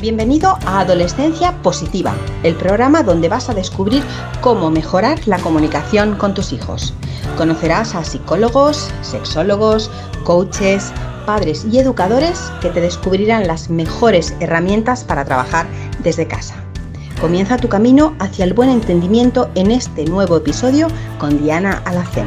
Bienvenido a Adolescencia Positiva, el programa donde vas a descubrir cómo mejorar la comunicación con tus hijos. Conocerás a psicólogos, sexólogos, coaches, padres y educadores que te descubrirán las mejores herramientas para trabajar desde casa. Comienza tu camino hacia el buen entendimiento en este nuevo episodio con Diana Alacén.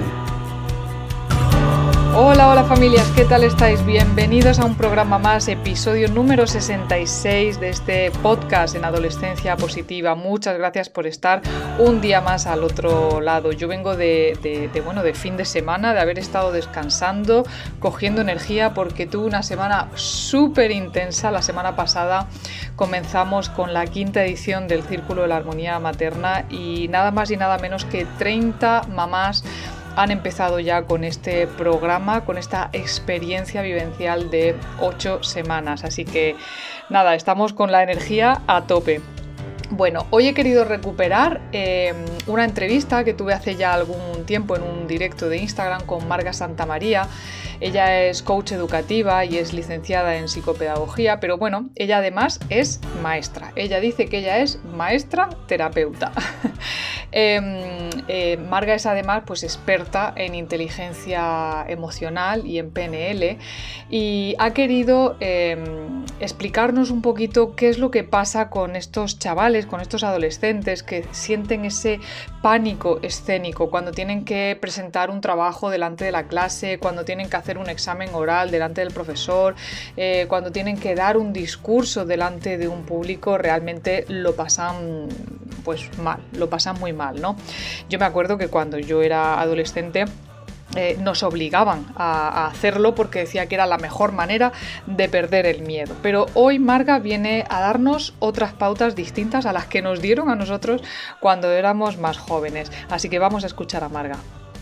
Hola familias, ¿qué tal estáis? Bienvenidos a un programa más, episodio número 66 de este podcast en Adolescencia Positiva. Muchas gracias por estar un día más al otro lado. Yo vengo de fin de semana, de haber estado descansando, cogiendo energía porque tuve una semana súper intensa. La semana pasada comenzamos con la 5ª edición del Círculo de la Armonía Materna y nada más y nada menos que 30 mamás han empezado ya con este programa, con esta experiencia vivencial de 8 semanas. Así que nada, estamos con la energía a tope. Bueno, hoy he querido recuperar una entrevista que tuve hace ya algún tiempo en un directo de Instagram con Marga Santamaría. Ella es coach educativa y es licenciada en psicopedagogía, pero bueno, ella además es maestra. Ella dice que ella es maestra terapeuta. Marga es además pues experta en inteligencia emocional y en PNL y ha querido explicarnos un poquito qué es lo que pasa con estos chavales, con estos adolescentes que sienten ese pánico escénico cuando tienen que presentar un trabajo delante de la clase, cuando tienen que hacer un examen oral delante del profesor, cuando tienen que dar un discurso delante de un público. Realmente lo pasan pues mal, lo pasan muy mal, ¿no? Yo me acuerdo que cuando yo era adolescente nos obligaban a hacerlo porque decía que era la mejor manera de perder el miedo. Pero hoy Marga viene a darnos otras pautas distintas a las que nos dieron a nosotros cuando éramos más jóvenes. Así que vamos a escuchar a Marga.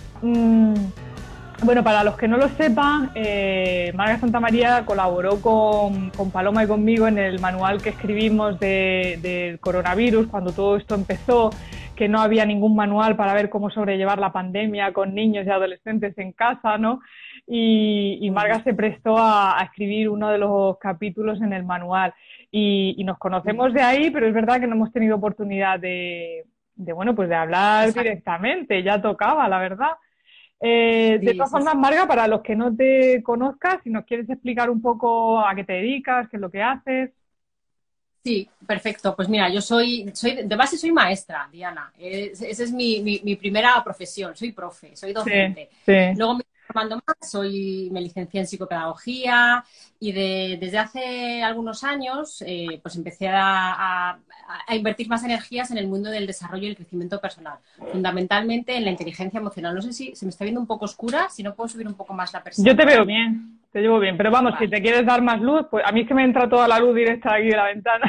Bueno, para los que no lo sepan, Marga Santamaría colaboró con Paloma y conmigo en el manual que escribimos del coronavirus cuando todo esto empezó, que no había ningún manual para ver cómo sobrellevar la pandemia con niños y adolescentes en casa, ¿no? Y Marga se prestó a escribir uno de los capítulos en el manual. Y nos conocemos de ahí, pero es verdad que no hemos tenido oportunidad de hablar Exacto. Directamente, ya tocaba, la verdad. De todas formas, Marga, para los que no te conozcas, si nos quieres explicar un poco a qué te dedicas, qué es lo que haces. Sí, perfecto. Pues mira, yo soy de base soy maestra, Diana. Esa es mi primera profesión. Soy profe, soy docente. Sí. Luego me estoy formando más, me licencié en psicopedagogía y desde hace algunos años pues empecé a invertir más energías en el mundo del desarrollo y el crecimiento personal, fundamentalmente en la inteligencia emocional. No sé si se me está viendo un poco oscura, si no puedo subir un poco más la persiana. Yo te veo bien. Te llevo bien, pero vamos, vale. Si te quieres dar más luz, pues a mí es que me entra toda la luz directa de aquí de la ventana.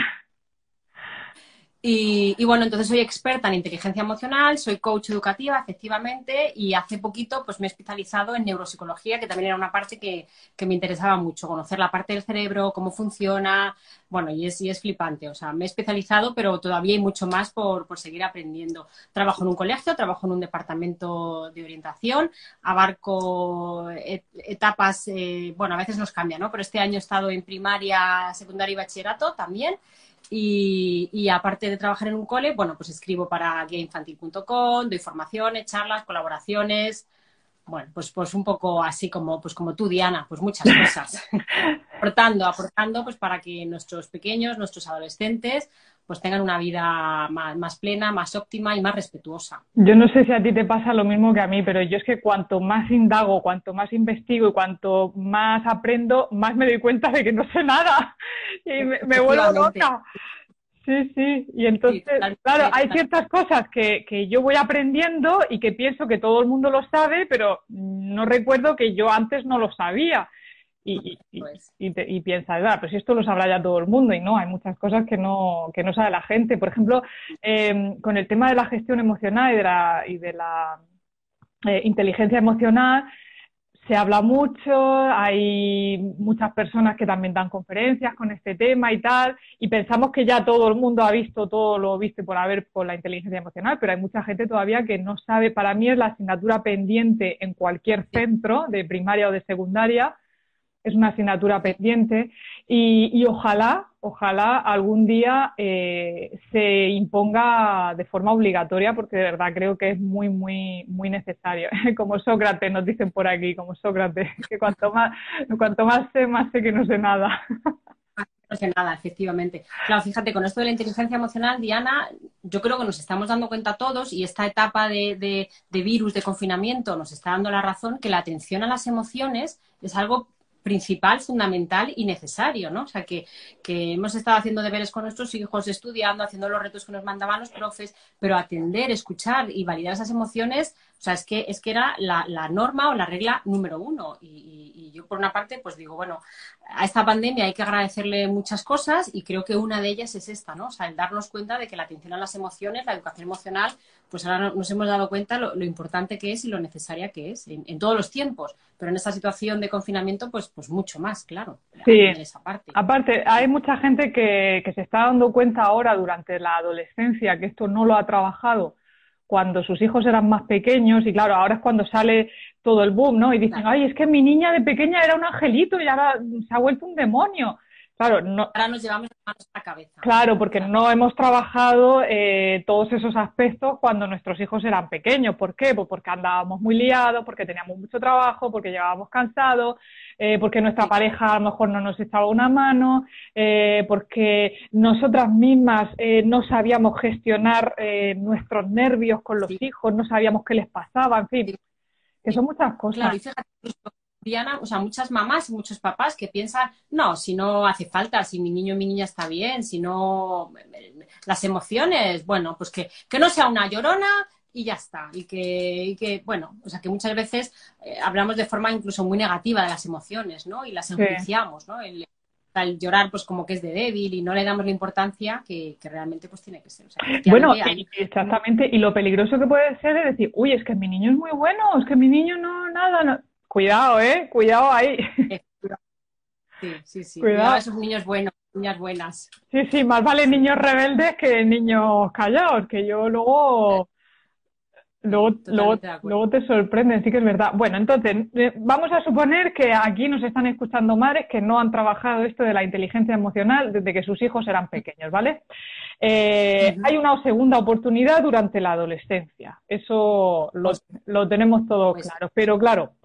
Y bueno, entonces soy experta en inteligencia emocional, soy coach educativa, efectivamente, y hace poquito pues me he especializado en neuropsicología, que también era una parte que me interesaba mucho, conocer la parte del cerebro, cómo funciona, bueno, y es flipante, o sea, me he especializado, pero todavía hay mucho más por seguir aprendiendo. Trabajo en un colegio, trabajo en un departamento de orientación, abarco etapas, bueno, a veces nos cambian, ¿no? Pero este año he estado en primaria, secundaria y bachillerato también. Y aparte de trabajar en un cole, bueno, pues escribo para guiainfantil.com, doy formaciones, charlas, colaboraciones, bueno, pues un poco así como tú, Diana, pues muchas cosas. aportando pues para que nuestros pequeños, nuestros adolescentes, pues tengan una vida más plena, más óptima y más respetuosa. Yo no sé si a ti te pasa lo mismo que a mí, pero yo es que cuanto más indago, cuanto más investigo y cuanto más aprendo, más me doy cuenta de que no sé nada y me vuelvo loca. Sí. Y entonces, claro, hay ciertas cosas que yo voy aprendiendo y que pienso que todo el mundo lo sabe, pero no recuerdo que yo antes no lo sabía. Y piensas, pues si esto lo sabrá ya todo el mundo, y no, hay muchas cosas que no sabe la gente. Por ejemplo, con el tema de la gestión emocional y de la inteligencia emocional, se habla mucho, hay muchas personas que también dan conferencias con este tema y tal, y pensamos que ya todo el mundo ha visto todo lo visto por haber con la inteligencia emocional, pero hay mucha gente todavía que no sabe. Para mí es la asignatura pendiente en cualquier centro de primaria o de secundaria, es una asignatura pendiente y ojalá algún día se imponga de forma obligatoria, porque de verdad creo que es muy, muy, muy necesario. Como Sócrates, nos dicen por aquí, como Sócrates, que cuanto más sé, más sé que no sé nada. No sé nada, efectivamente. Claro, fíjate, con esto de la inteligencia emocional, Diana, yo creo que nos estamos dando cuenta todos, y esta etapa de virus, de confinamiento, nos está dando la razón que la atención a las emociones es algo principal, fundamental y necesario, ¿no? O sea, que hemos estado haciendo deberes con nuestros hijos, estudiando, haciendo los retos que nos mandaban los profes, pero atender, escuchar y validar esas emociones, o sea, es que era la norma o la regla número uno. Y yo, por una parte, pues digo, bueno, a esta pandemia hay que agradecerle muchas cosas, y creo que una de ellas es esta, ¿no? O sea, el darnos cuenta de que la atención a las emociones, la educación emocional, pues ahora nos hemos dado cuenta lo importante que es y lo necesaria que es en todos los tiempos, pero en esta situación de confinamiento, pues mucho más, claro, Sí, en esa parte. aparte, hay mucha gente que se está dando cuenta ahora durante la adolescencia que esto no lo ha trabajado cuando sus hijos eran más pequeños, y claro, ahora es cuando sale todo el boom, ¿no? Y dicen, Claro. ay, es que mi niña de pequeña era un angelito y ahora se ha vuelto un demonio. Claro, no, Ahora nos llevamos las manos a la cabeza. claro, porque Claro. no hemos trabajado todos esos aspectos cuando nuestros hijos eran pequeños. ¿Por qué? Pues porque andábamos muy liados, porque teníamos mucho trabajo, porque llegábamos cansados, porque nuestra Sí. pareja a lo mejor no nos echaba una mano, porque nosotras mismas no sabíamos gestionar nuestros nervios con los Sí. hijos, no sabíamos qué les pasaba, en fin, Sí. que son muchas cosas. Claro, y fíjate, Diana, o sea, muchas mamás y muchos papás que piensan, no, si no hace falta, si mi niño o mi niña está bien, si no, las emociones, bueno, pues que no sea una llorona y ya está. Y que bueno, o sea, que muchas veces hablamos de forma incluso muy negativa de las emociones, ¿no? Y las Sí. enjuiciamos, ¿no? El llorar, pues como que es de débil, y no le damos la importancia que realmente pues tiene que ser. O sea, Bueno, efectivamente exactamente, y lo peligroso que puede ser es decir, uy, es que mi niño es muy bueno, es que mi niño no, nada, no. Cuidado, cuidado ahí. Sí. Cuidado. Cuidado a esos niños buenos, niñas buenas. Sí, sí, más vale niños rebeldes que niños callados, que yo luego Totalmente de acuerdo. te sorprenden, sí que es verdad. Bueno, entonces, vamos a suponer que aquí nos están escuchando madres que no han trabajado esto de la inteligencia emocional desde que sus hijos eran pequeños, ¿vale? Hay una segunda oportunidad durante la adolescencia, eso lo tenemos todo Pues, claro, pero claro,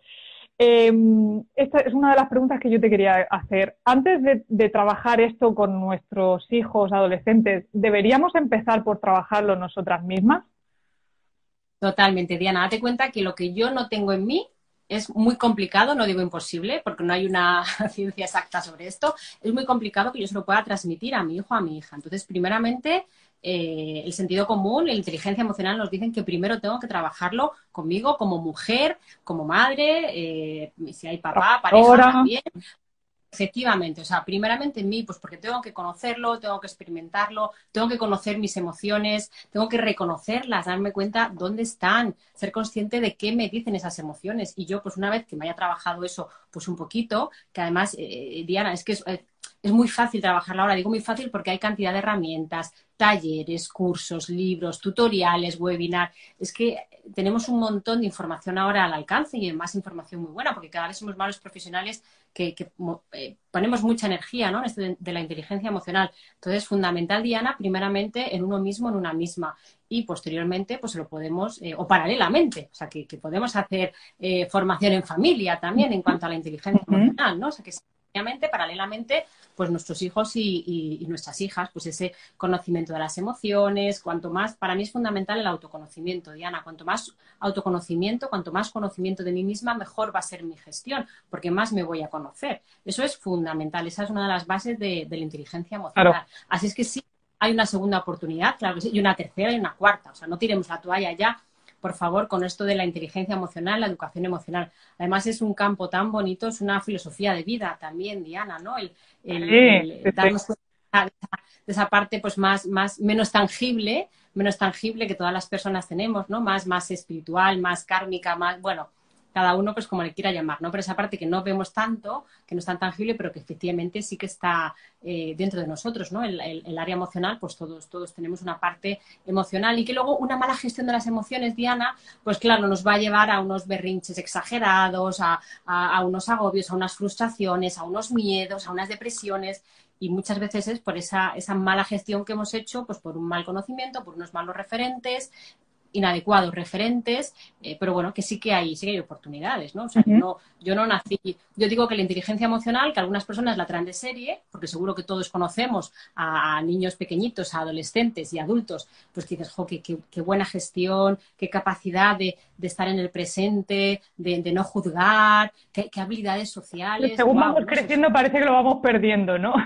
esta es una de las preguntas que yo te quería hacer. Antes de trabajar esto con nuestros hijos adolescentes, ¿deberíamos empezar por trabajarlo nosotras mismas? totalmente, Diana. Date cuenta que lo que yo no tengo en mí es muy complicado, no digo imposible, porque no hay una ciencia exacta sobre esto. Es muy complicado que yo se lo pueda transmitir a mi hijo o a mi hija. Entonces, primeramente, el sentido común, la inteligencia emocional nos dicen que primero tengo que trabajarlo conmigo como mujer, como madre, si hay papá, pareja Ahora, también. Efectivamente, o sea, primeramente en mí, pues porque tengo que conocerlo, tengo que experimentarlo, tengo que conocer mis emociones, tengo que reconocerlas, darme cuenta dónde están, ser consciente de qué me dicen esas emociones. Y yo, pues una vez que me haya trabajado eso, pues un poquito, que además, Diana, es que es muy fácil trabajarla ahora, digo muy fácil porque hay cantidad de herramientas, talleres, cursos, libros, tutoriales, webinar. Es que tenemos un montón de información ahora al alcance, y más información muy buena, porque cada vez somos más los profesionales que ponemos mucha energía, ¿no?, en esto de la inteligencia emocional. Entonces, es fundamental, Diana, primeramente en uno mismo, en una misma, y posteriormente pues lo podemos, o paralelamente, o sea, que podemos hacer formación en familia también en cuanto a la inteligencia emocional, ¿no? O sea, que paralelamente, pues nuestros hijos y nuestras hijas, pues ese conocimiento de las emociones. Cuanto más, para mí es fundamental el autoconocimiento, Diana. Cuanto más autoconocimiento, cuanto más conocimiento de mí misma, mejor va a ser mi gestión, porque más me voy a conocer. Eso es fundamental, esa es una de las bases de la inteligencia emocional. claro. Así es que sí, hay una segunda oportunidad, claro que sí, y una tercera y una cuarta. O sea, no tiremos la toalla ya, por favor, con esto de la inteligencia emocional, la educación emocional. Además, es un campo tan bonito, es una filosofía de vida también, Diana, ¿no? El darnos cuenta de esa parte pues menos tangible que todas las personas tenemos, ¿no? Más espiritual, más kármica, más, bueno, cada uno pues como le quiera llamar, ¿no? Pero esa parte que no vemos tanto, que no es tan tangible, pero que efectivamente sí que está dentro de nosotros, ¿no? El área emocional, pues todos tenemos una parte emocional y que luego una mala gestión de las emociones, Diana, pues claro, nos va a llevar a unos berrinches exagerados, a unos agobios, a unas frustraciones, a unos miedos, a unas depresiones. Y muchas veces es por esa mala gestión que hemos hecho, pues por un mal conocimiento, por unos malos referentes, inadecuados referentes, pero bueno, que sí que hay oportunidades, ¿no? O sea, yo no nací, yo digo que la inteligencia emocional, que algunas personas la traen de serie, porque seguro que todos conocemos a niños pequeñitos, a adolescentes y adultos, pues que dices, jo, qué buena gestión, qué capacidad de estar en el presente, de no juzgar, qué habilidades sociales. Según vamos creciendo parece que lo vamos perdiendo, ¿no?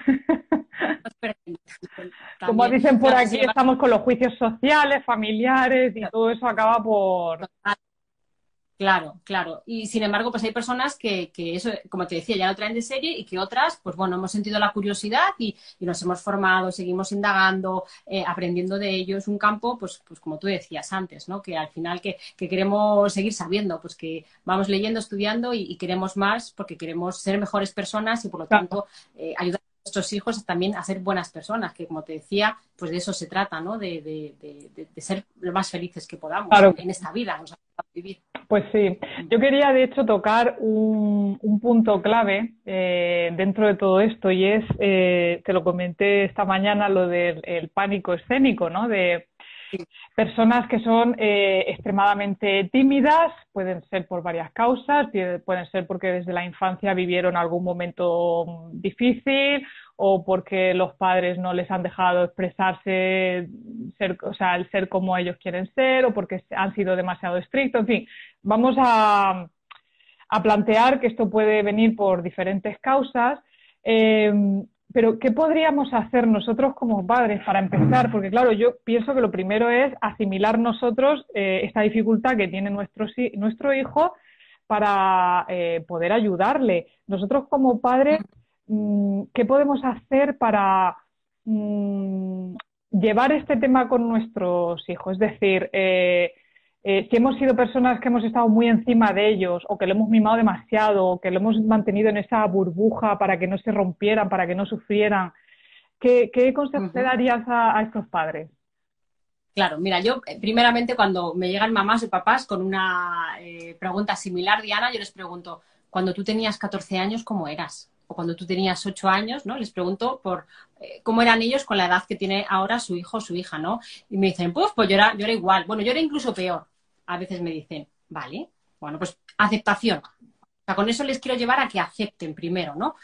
Como dicen por aquí, estamos con los juicios sociales, familiares y todo eso acaba por... Claro. Y sin embargo, pues hay personas que eso, como te decía, ya lo traen de serie y que otras, pues bueno, hemos sentido la curiosidad y nos hemos formado, seguimos indagando, aprendiendo de ello. Es un campo, pues como tú decías antes, ¿no? Que al final que queremos seguir sabiendo, pues que vamos leyendo, estudiando y queremos más porque queremos ser mejores personas y por lo tanto ayudar a nuestros hijos también a ser buenas personas, que como te decía, pues de eso se trata, ¿no? De ser lo más felices que podamos en esta vida, nos ayuda a vivir. Pues sí, yo quería de hecho tocar un punto clave dentro de todo esto y es, te lo comenté esta mañana, lo del pánico escénico, ¿no? De personas que son extremadamente tímidas, pueden ser por varias causas, pueden ser porque desde la infancia vivieron algún momento difícil o porque los padres no les han dejado expresarse, el ser como ellos quieren ser o porque han sido demasiado estrictos, en fin, vamos a plantear que esto puede venir por diferentes causas, pero ¿qué podríamos hacer nosotros como padres para empezar? Porque claro, yo pienso que lo primero es asimilar nosotros esta dificultad que tiene nuestro hijo para poder ayudarle. Nosotros como padres, ¿qué podemos hacer para llevar este tema con nuestros hijos? Es decir, si hemos sido personas que hemos estado muy encima de ellos o que lo hemos mimado demasiado o que lo hemos mantenido en esa burbuja para que no se rompieran, para que no sufrieran, ¿qué consejos le darías a estos padres? Claro, mira, yo primeramente cuando me llegan mamás o papás con una pregunta similar, Diana, yo les pregunto, cuando tú tenías 14 años, ¿cómo eras? O cuando tú tenías 8 años, ¿no? Les pregunto por cómo eran ellos con la edad que tiene ahora su hijo o su hija, ¿no? Y me dicen, pues yo era igual. Bueno, yo era incluso peor. A veces me dicen, vale, bueno, pues aceptación. O sea, con eso les quiero llevar a que acepten primero, ¿no?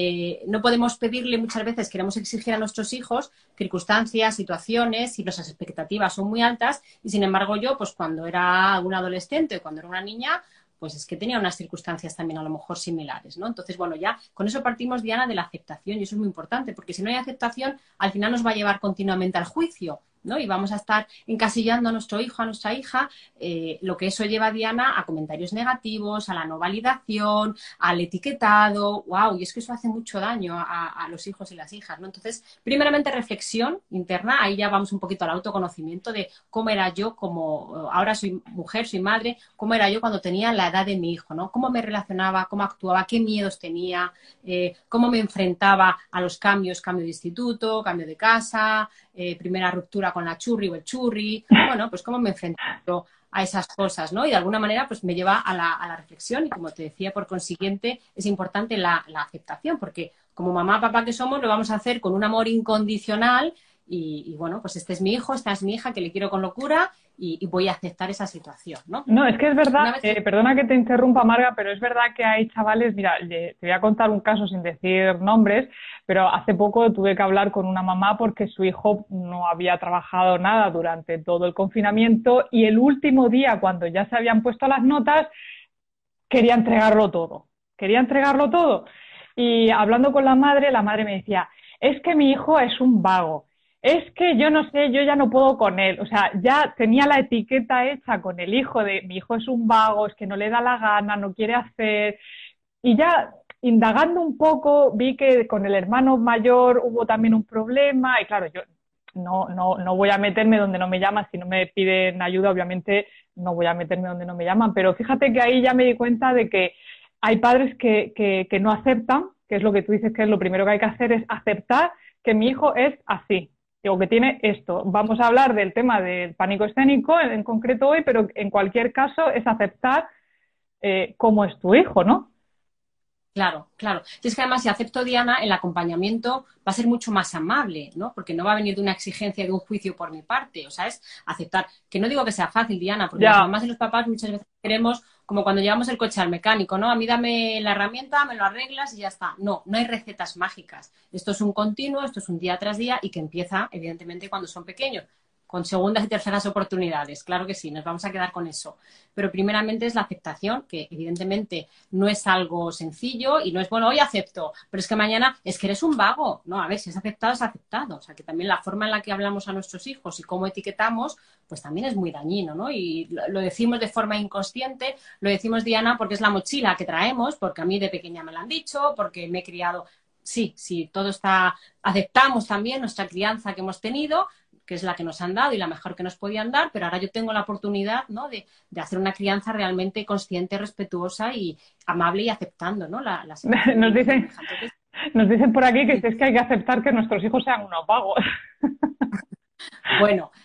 No podemos pedirle muchas veces, queremos exigir a nuestros hijos circunstancias, situaciones y nuestras expectativas son muy altas y sin embargo yo, pues cuando era un adolescente o cuando era una niña, pues es que tenía unas circunstancias también a lo mejor similares, ¿no? Entonces, bueno, ya con eso partimos, Diana, de la aceptación y eso es muy importante porque si no hay aceptación, al final nos va a llevar continuamente al juicio, ¿no? Y vamos a estar encasillando a nuestro hijo, a nuestra hija, lo que eso lleva, Diana, a comentarios negativos, a la no validación, al etiquetado, wow, y es que eso hace mucho daño a los hijos y las hijas, ¿no? Entonces, primeramente reflexión interna, ahí ya vamos un poquito al autoconocimiento de cómo era yo como, ahora soy mujer, soy madre, cómo era yo cuando tenía la edad de mi hijo, ¿no? Cómo me relacionaba, cómo actuaba, qué miedos tenía, cómo me enfrentaba a los cambios, cambio de instituto, cambio de casa, primera ruptura con la churri o el churri, bueno, pues cómo me enfrenté yo a esas cosas, ¿no? Y de alguna manera pues me lleva a la reflexión y como te decía, por consiguiente es importante la aceptación porque como mamá, papá que somos lo vamos a hacer con un amor incondicional y bueno, pues este es mi hijo, esta es mi hija que le quiero con locura y voy a aceptar esa situación, ¿no? No, es que es verdad, perdona que te interrumpa, Marga, pero es verdad que hay chavales, mira, te voy a contar un caso sin decir nombres, pero hace poco tuve que hablar con una mamá porque su hijo no había trabajado nada durante todo el confinamiento y el último día, cuando ya se habían puesto las notas, quería entregarlo todo. Y hablando con la madre me decía, es que mi hijo es un vago. Es que yo no sé, yo ya no puedo con él. O sea, ya tenía la etiqueta hecha con el hijo de mi hijo es un vago, es que no le da la gana, no quiere hacer. Y ya indagando un poco vi que con el hermano mayor hubo también un problema y claro, yo no voy a meterme donde no me llaman, si no me piden ayuda obviamente no voy a meterme donde no me llaman, pero fíjate que ahí ya me di cuenta de que hay padres que no aceptan, que es lo que tú dices que es lo primero que hay que hacer, es aceptar que mi hijo es así, o que tiene esto. Vamos a hablar del tema del pánico escénico en concreto hoy, pero en cualquier caso es aceptar cómo es tu hijo, ¿no? Claro, claro. Y es que además, si acepto, Diana, el acompañamiento va a ser mucho más amable, ¿no? Porque no va a venir de una exigencia, de un juicio por mi parte. O sea, es aceptar. Que no digo que sea fácil, Diana, porque las mamás y los papás muchas veces queremos, como cuando llevamos el coche al mecánico, ¿no? A mí dame la herramienta, me lo arreglas y ya está. No, no hay recetas mágicas. Esto es un continuo, esto es un día tras día y que empieza, evidentemente, cuando son pequeños, con segundas y terceras oportunidades. Claro que sí, nos vamos a quedar con eso. Pero primeramente es la aceptación, que evidentemente no es algo sencillo y no es, bueno, hoy acepto, pero es que mañana es que eres un vago. No, a ver, si es aceptado, es aceptado. O sea, que también la forma en la que hablamos a nuestros hijos y cómo etiquetamos, pues también es muy dañino, ¿no? Y lo decimos de forma inconsciente, lo decimos, Diana, porque es la mochila que traemos, porque a mí de pequeña me lo han dicho, porque me he criado. Sí, sí, todo está, aceptamos también nuestra crianza que hemos tenido, que es la que nos han dado y la mejor que nos podían dar, pero ahora yo tengo la oportunidad, ¿no?, de hacer una crianza realmente consciente, respetuosa y amable y aceptando, ¿no? Nos dicen por aquí que es que hay que aceptar que nuestros hijos sean unos vagos. Bueno,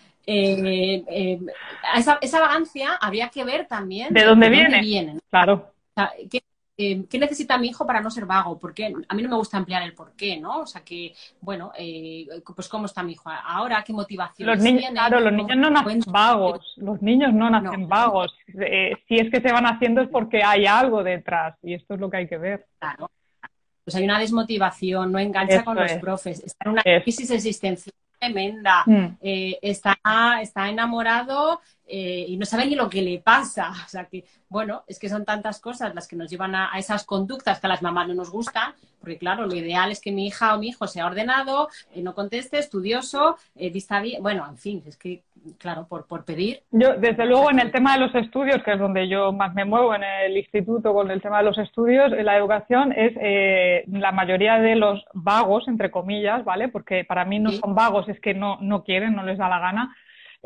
esa vagancia habría que ver también de dónde viene, ¿no? Claro. O sea, ¿qué necesita mi hijo para no ser vago? Porque a mí no me gusta emplear el por qué, ¿no? O sea que, bueno, pues ¿cómo está mi hijo ahora? ¿Qué motivación tiene? Claro, los niños no nacen vagos. Los niños no nacen vagos. Si es que se van haciendo es porque hay algo detrás y esto es lo que hay que ver. Claro. Pues hay una desmotivación, no engancha con los profes, está en una crisis existencial tremenda, está enamorado y no sabe ni lo que le pasa. O sea que, bueno, es que son tantas cosas las que nos llevan a esas conductas que a las mamás no nos gustan, porque claro, lo ideal es que mi hija o mi hijo sea ordenado, no conteste, estudioso, vista bien, bueno, en fin, es que, claro, por pedir. Yo, desde luego, en el tema de los estudios, que es donde yo más me muevo en el instituto con el tema de los estudios, la educación es la mayoría de los vagos, entre comillas, ¿vale? Porque para mí no son vagos, es que no quieren, no les da la gana.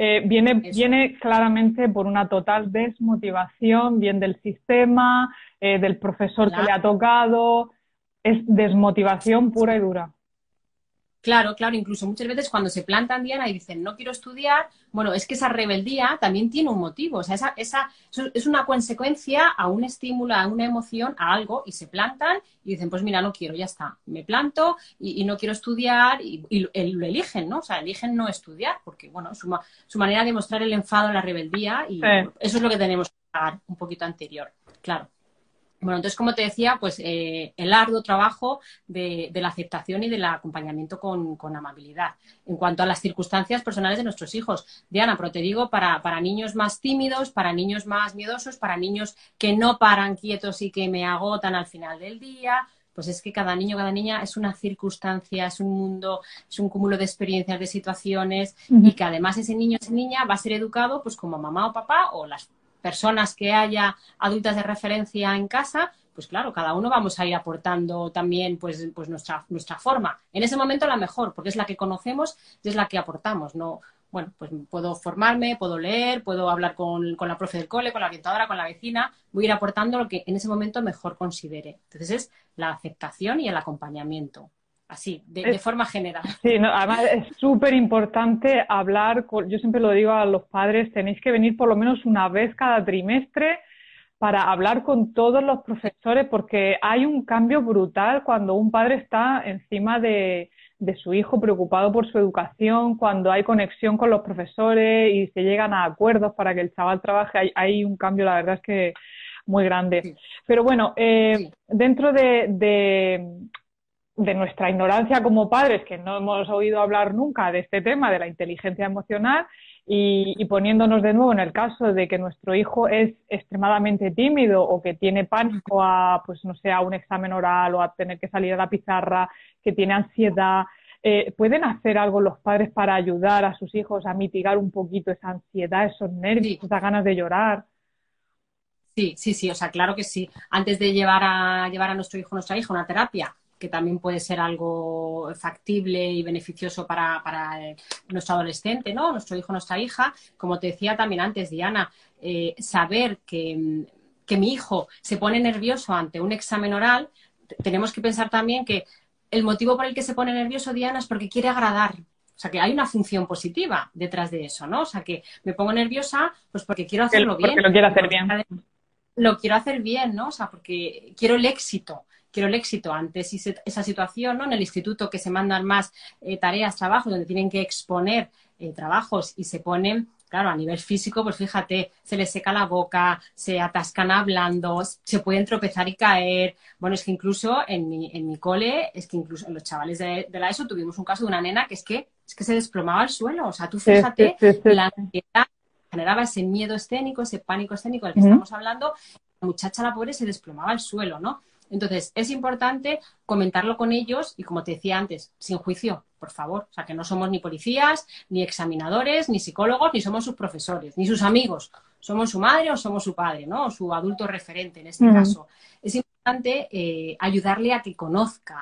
Viene claramente por una total desmotivación, bien del sistema, del profesor que le ha tocado, es desmotivación pura y dura. Claro, claro, incluso muchas veces cuando se plantan, Diana, y dicen no quiero estudiar, bueno, es que esa rebeldía también tiene un motivo, o sea, esa es una consecuencia a un estímulo, a una emoción, a algo, y se plantan y dicen, pues mira, no quiero, ya está, me planto y no quiero estudiar y lo eligen, ¿no? O sea, eligen no estudiar porque, bueno, su manera de mostrar el enfado, la rebeldía y eso es lo que tenemos que hacer un poquito anterior, claro. Bueno, entonces, como te decía, pues el arduo trabajo de la aceptación y del acompañamiento con amabilidad. En cuanto a las circunstancias personales de nuestros hijos, Diana, pero te digo, para niños más tímidos, para niños más miedosos, para niños que no paran quietos y que me agotan al final del día, pues es que cada niño, cada niña es una circunstancia, es un mundo, es un cúmulo de experiencias, de situaciones y que además ese niño, esa niña va a ser educado pues como mamá o papá o las personas que haya adultas de referencia en casa, pues claro, cada uno vamos a ir aportando también pues nuestra forma. En ese momento la mejor, porque es la que conocemos y es la que aportamos, ¿no? Bueno, pues puedo formarme, puedo leer, puedo hablar con la profe del cole, con la orientadora, con la vecina, voy a ir aportando lo que en ese momento mejor considere. Entonces es la aceptación y el acompañamiento. Así, de forma general. Sí, no, además es súper importante hablar, yo siempre lo digo a los padres, tenéis que venir por lo menos una vez cada trimestre para hablar con todos los profesores porque hay un cambio brutal cuando un padre está encima de su hijo preocupado por su educación, cuando hay conexión con los profesores y se llegan a acuerdos para que el chaval trabaje, hay un cambio, la verdad es que muy grande. Sí. Pero bueno, dentro de nuestra ignorancia como padres, que no hemos oído hablar nunca de este tema, de la inteligencia emocional, y poniéndonos de nuevo en el caso de que nuestro hijo es extremadamente tímido o que tiene pánico a, pues no sé, a un examen oral o a tener que salir a la pizarra, que tiene ansiedad, ¿pueden hacer algo los padres para ayudar a sus hijos a mitigar un poquito esa ansiedad, esos nervios, esas ganas de llorar? Sí, o sea, claro que sí. Antes de llevar a nuestro hijo o nuestra hija a una terapia, que también puede ser algo factible y beneficioso para nuestro adolescente, ¿no? Nuestro hijo, nuestra hija. Como te decía también antes, Diana, saber que mi hijo se pone nervioso ante un examen oral, tenemos que pensar también que el motivo por el que se pone nervioso, Diana, es porque quiere agradar. O sea, que hay una función positiva detrás de eso, ¿no? O sea, que me pongo nerviosa pues porque quiero hacerlo bien. Porque lo quiero hacer bien. Lo quiero hacer bien, ¿no? O sea, porque quiero el éxito. Quiero el éxito ante esa situación, ¿no? En el instituto que se mandan más tareas, trabajos, donde tienen que exponer trabajos y se ponen, claro, a nivel físico, pues fíjate, se les seca la boca, se atascan hablando, se pueden tropezar y caer. Bueno, es que incluso en mi cole, es que incluso en los chavales de la ESO tuvimos un caso de una nena que es que se desplomaba al suelo. O sea, tú fíjate, la ansiedad generaba ese miedo escénico, ese pánico escénico del que estamos hablando. La muchacha, la pobre, se desplomaba al suelo, ¿no? Entonces, es importante comentarlo con ellos y, como te decía antes, sin juicio, por favor. O sea, que no somos ni policías, ni examinadores, ni psicólogos, ni somos sus profesores, ni sus amigos. Somos su madre o somos su padre, ¿no? O su adulto referente, en este caso. Es importante ayudarle a que conozca,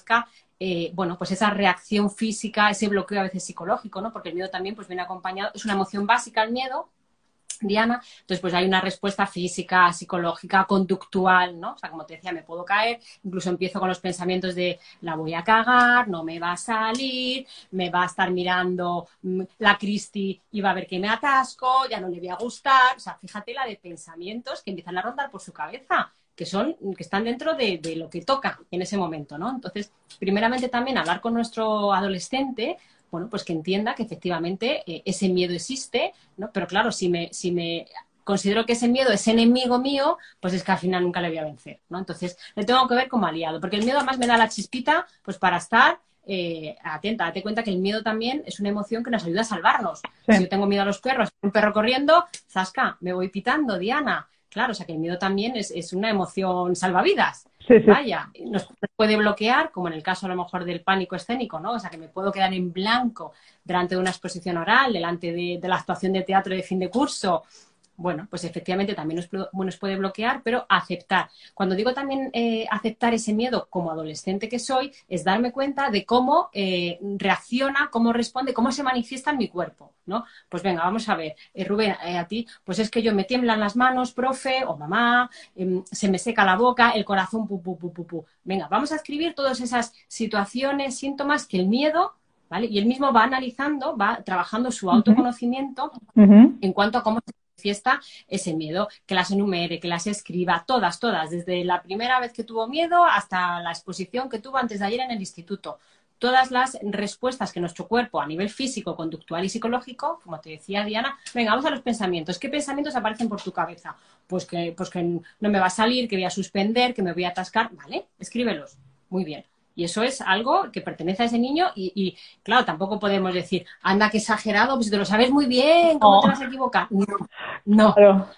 bueno, pues esa reacción física, ese bloqueo a veces psicológico, ¿no? Porque el miedo también pues viene acompañado, es una emoción básica el miedo, Diana, entonces pues hay una respuesta física, psicológica, conductual, ¿no? O sea, como te decía, me puedo caer, incluso empiezo con los pensamientos de la voy a cagar, no me va a salir, me va a estar mirando la Cristi y va a ver que me atasco, ya no le voy a gustar. O sea, fíjate la de pensamientos que empiezan a rondar por su cabeza, que están dentro de lo que toca en ese momento, ¿no? Entonces, primeramente también hablar con nuestro adolescente, bueno, pues que entienda que efectivamente ese miedo existe, ¿no? Pero claro, si me considero que ese miedo es enemigo mío, pues es que al final nunca le voy a vencer, ¿no? Entonces, le tengo que ver como aliado, porque el miedo además me da la chispita, pues para estar atenta. Date cuenta que el miedo también es una emoción que nos ayuda a salvarnos. Sí. Si yo tengo miedo a los perros, un perro corriendo, zasca, me voy pitando, Diana. Claro, o sea que el miedo también es una emoción salvavidas. Sí. Vaya, nos puede bloquear, como en el caso a lo mejor del pánico escénico, ¿no? O sea, que me puedo quedar en blanco delante de una exposición oral, delante de la actuación de teatro de fin de curso. Bueno, pues efectivamente también nos puede bloquear, pero aceptar. Cuando digo también aceptar ese miedo como adolescente que soy, es darme cuenta de cómo reacciona, cómo responde, cómo se manifiesta en mi cuerpo, ¿no? Pues venga, vamos a ver, Rubén, a ti, pues es que yo me tiemblan las manos, profe o mamá, se me seca la boca, el corazón, pu. Venga, vamos a escribir todas esas situaciones, síntomas que el miedo, ¿vale? Y él mismo va analizando, va trabajando su autoconocimiento en cuanto a cómo se manifiesta ese miedo, que las enumere, que las escriba, todas, desde la primera vez que tuvo miedo hasta la exposición que tuvo antes de ayer en el instituto. Todas las respuestas que nuestro cuerpo a nivel físico, conductual y psicológico, como te decía Diana, venga, vamos a los pensamientos. ¿Qué pensamientos aparecen por tu cabeza? Pues que no me va a salir, que voy a suspender, que me voy a atascar. ¿Vale? Escríbelos. Muy bien. Y eso es algo que pertenece a ese niño y claro, tampoco podemos decir, anda, que exagerado, pues te lo sabes muy bien, ¿cómo te vas a equivocar? No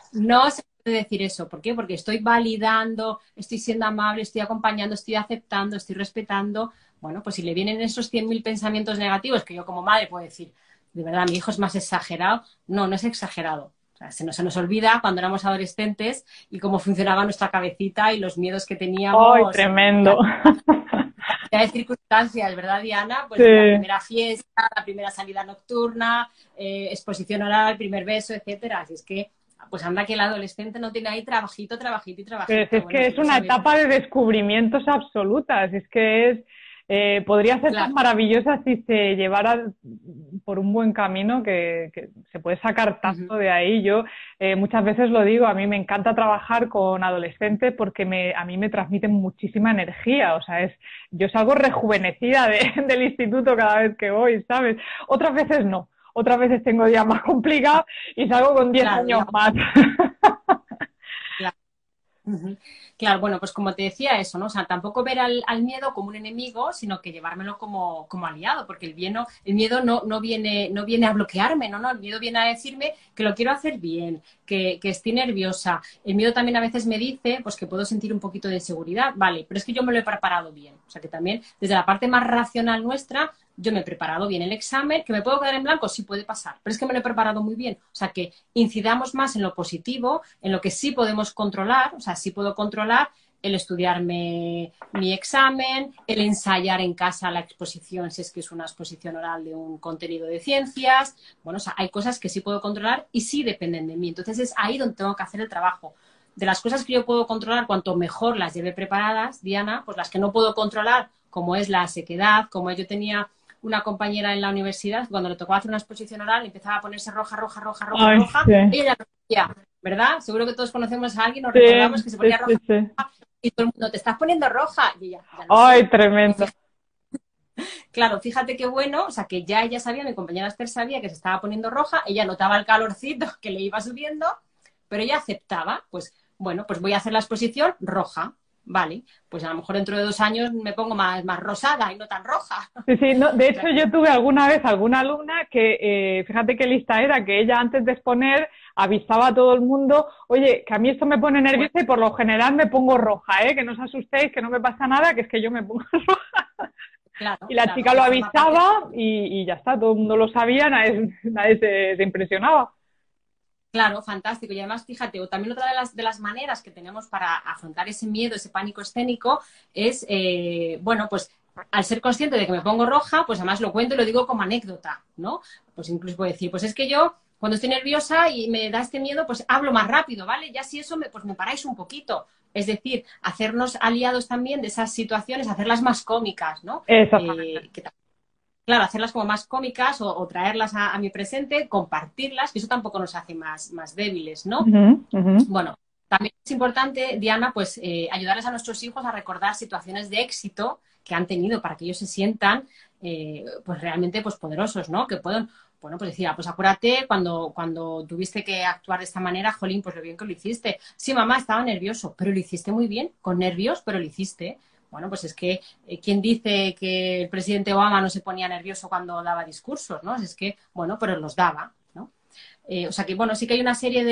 se puede decir eso. ¿Por qué? Porque estoy validando, estoy siendo amable, estoy acompañando, estoy aceptando, estoy respetando. Bueno, pues si le vienen esos 100.000 pensamientos negativos, que yo como madre puedo decir, de verdad, mi hijo es más exagerado. No es exagerado. O sea, se nos olvida cuando éramos adolescentes y cómo funcionaba nuestra cabecita y los miedos que teníamos. ¡Ay, tremendo! De circunstancias, ¿verdad, Diana? Pues sí. La primera fiesta, la primera salida nocturna, exposición oral, primer beso, etcétera. Así es que, pues anda que el adolescente no tiene ahí trabajito. Pero es que es una etapa de descubrimientos absolutas. Es que podría ser tan maravillosa si se llevara por un buen camino que se puede sacar tanto de ahí. Yo muchas veces lo digo, a mí me encanta trabajar con adolescentes porque a mí me transmiten muchísima energía. O sea, yo salgo rejuvenecida del instituto cada vez que voy, ¿sabes? Otras veces no. Otras veces tengo días más complicados y salgo con 10 años más. Claro, bueno, pues como te decía eso, ¿no? O sea, tampoco ver al miedo como un enemigo, sino que llevármelo como aliado, porque el miedo no viene a bloquearme, ¿no? El miedo viene a decirme que lo quiero hacer bien, que estoy nerviosa. El miedo también a veces me dice, pues que puedo sentir un poquito de inseguridad, vale, pero es que yo me lo he preparado bien. O sea, que también desde la parte más racional nuestra, yo me he preparado bien el examen, que me puedo quedar en blanco, sí puede pasar, pero es que me lo he preparado muy bien. O sea, que incidamos más en lo positivo, en lo que sí podemos controlar, o sea, sí puedo controlar el estudiarme mi examen, el ensayar en casa la exposición, si es que es una exposición oral de un contenido de ciencias. Bueno, o sea, hay cosas que sí puedo controlar y sí dependen de mí. Entonces es ahí donde tengo que hacer el trabajo. De las cosas que yo puedo controlar, cuanto mejor las lleve preparadas, Diana, pues las que no puedo controlar, como es la sequedad, como yo tenía una compañera en la universidad, cuando le tocó hacer una exposición oral, empezaba a ponerse roja, Ay, roja, sí. ella lo decía, ¿verdad? Seguro que todos conocemos a alguien, nos Sí, recordamos que se ponía roja, sí. y todo el mundo, te estás poniendo roja, y ella, ya lo Ay, sé. tremendo. Claro, fíjate qué bueno, o sea, que ya ella sabía, mi compañera Esther sabía que se estaba poniendo roja, ella notaba el calorcito que le iba subiendo, pero ella aceptaba, pues, bueno, pues voy a hacer la exposición roja, vale, pues a lo mejor dentro de 2 años me pongo más rosada y no tan roja. Sí, sí, no, de O hecho sea que, yo tuve alguna vez alguna alumna que, fíjate qué lista era, que ella antes de exponer avisaba a todo el mundo, oye, que a mí esto me pone nerviosa y por lo general me pongo roja, que no os asustéis, que no me pasa nada, que es que yo me pongo roja. claro, Y la claro, chica lo que forma parte. avisaba y ya está, todo el mundo lo sabía, nadie se impresionaba. Claro, fantástico. Y además, fíjate, o también otra de las maneras que tenemos para afrontar ese miedo, ese pánico escénico, es, bueno, pues al ser consciente de que me pongo roja, pues además lo cuento y lo digo como anécdota, ¿no? Pues incluso puedo decir, pues es que yo cuando estoy nerviosa y me da este miedo, pues hablo más rápido, ¿vale? Ya si eso, pues me paráis un poquito. Es decir, hacernos aliados también de esas situaciones, hacerlas más cómicas, ¿no? Exactamente. Claro, hacerlas como más cómicas o traerlas a mi presente, compartirlas, que eso tampoco nos hace más débiles, ¿no? Bueno, también es importante, Diana, pues ayudarles a nuestros hijos a recordar situaciones de éxito que han tenido para que ellos se sientan pues realmente pues poderosos, ¿no? Que puedan, bueno, pues decir, pues acuérdate cuando tuviste que actuar de esta manera, jolín, pues lo bien que lo hiciste. Sí, mamá, estaba nervioso, pero lo hiciste muy bien, con nervios, pero lo hiciste. Bueno, pues es que, ¿quién dice que el presidente Obama no se ponía nervioso cuando daba discursos, ¿no? Es que, bueno, pero los daba, ¿no? O sea que, bueno, sí que hay una serie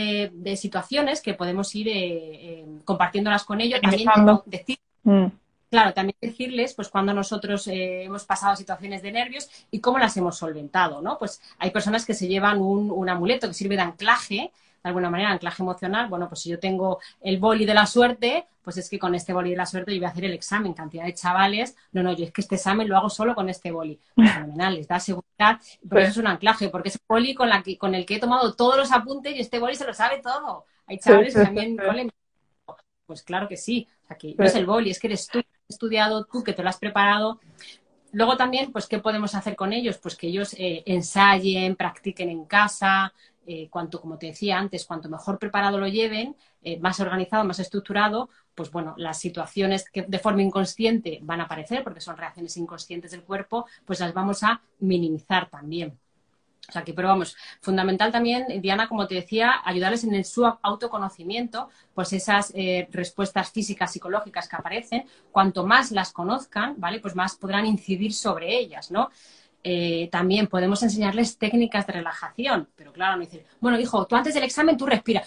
de situaciones que podemos ir compartiéndolas con ellos. También decir, claro, también decirles, pues, cuando nosotros hemos pasado situaciones de nervios y cómo las hemos solventado, ¿no? Pues hay personas que se llevan un amuleto que sirve de anclaje, de alguna manera, anclaje emocional. Bueno, pues si yo tengo el boli de la suerte, pues es que con este boli de la suerte yo voy a hacer el examen. Cantidad de chavales, no, yo es que este examen lo hago solo con este boli. Pues fenomenal, les da seguridad, pero eso es un anclaje, porque es un boli con el que he tomado todos los apuntes y este boli se lo sabe todo. Hay chavales que también cole. Pues claro que sí, o sea que no es el boli, es que eres tú, que has estudiado, tú que te lo has preparado. Luego también, pues, ¿qué podemos hacer con ellos? Pues que ellos ensayen, practiquen en casa, como te decía antes, cuanto mejor preparado lo lleven, más organizado, más estructurado, pues bueno, las situaciones que de forma inconsciente van a aparecer, porque son reacciones inconscientes del cuerpo, pues las vamos a minimizar también. O sea que, pero vamos, fundamental también, Diana, como te decía, ayudarles en su autoconocimiento, pues esas respuestas físicas, psicológicas que aparecen, cuanto más las conozcan, ¿vale? Pues más podrán incidir sobre ellas, ¿no? También podemos enseñarles técnicas de relajación, pero claro, no decir, bueno, hijo, tú antes del examen tú respira,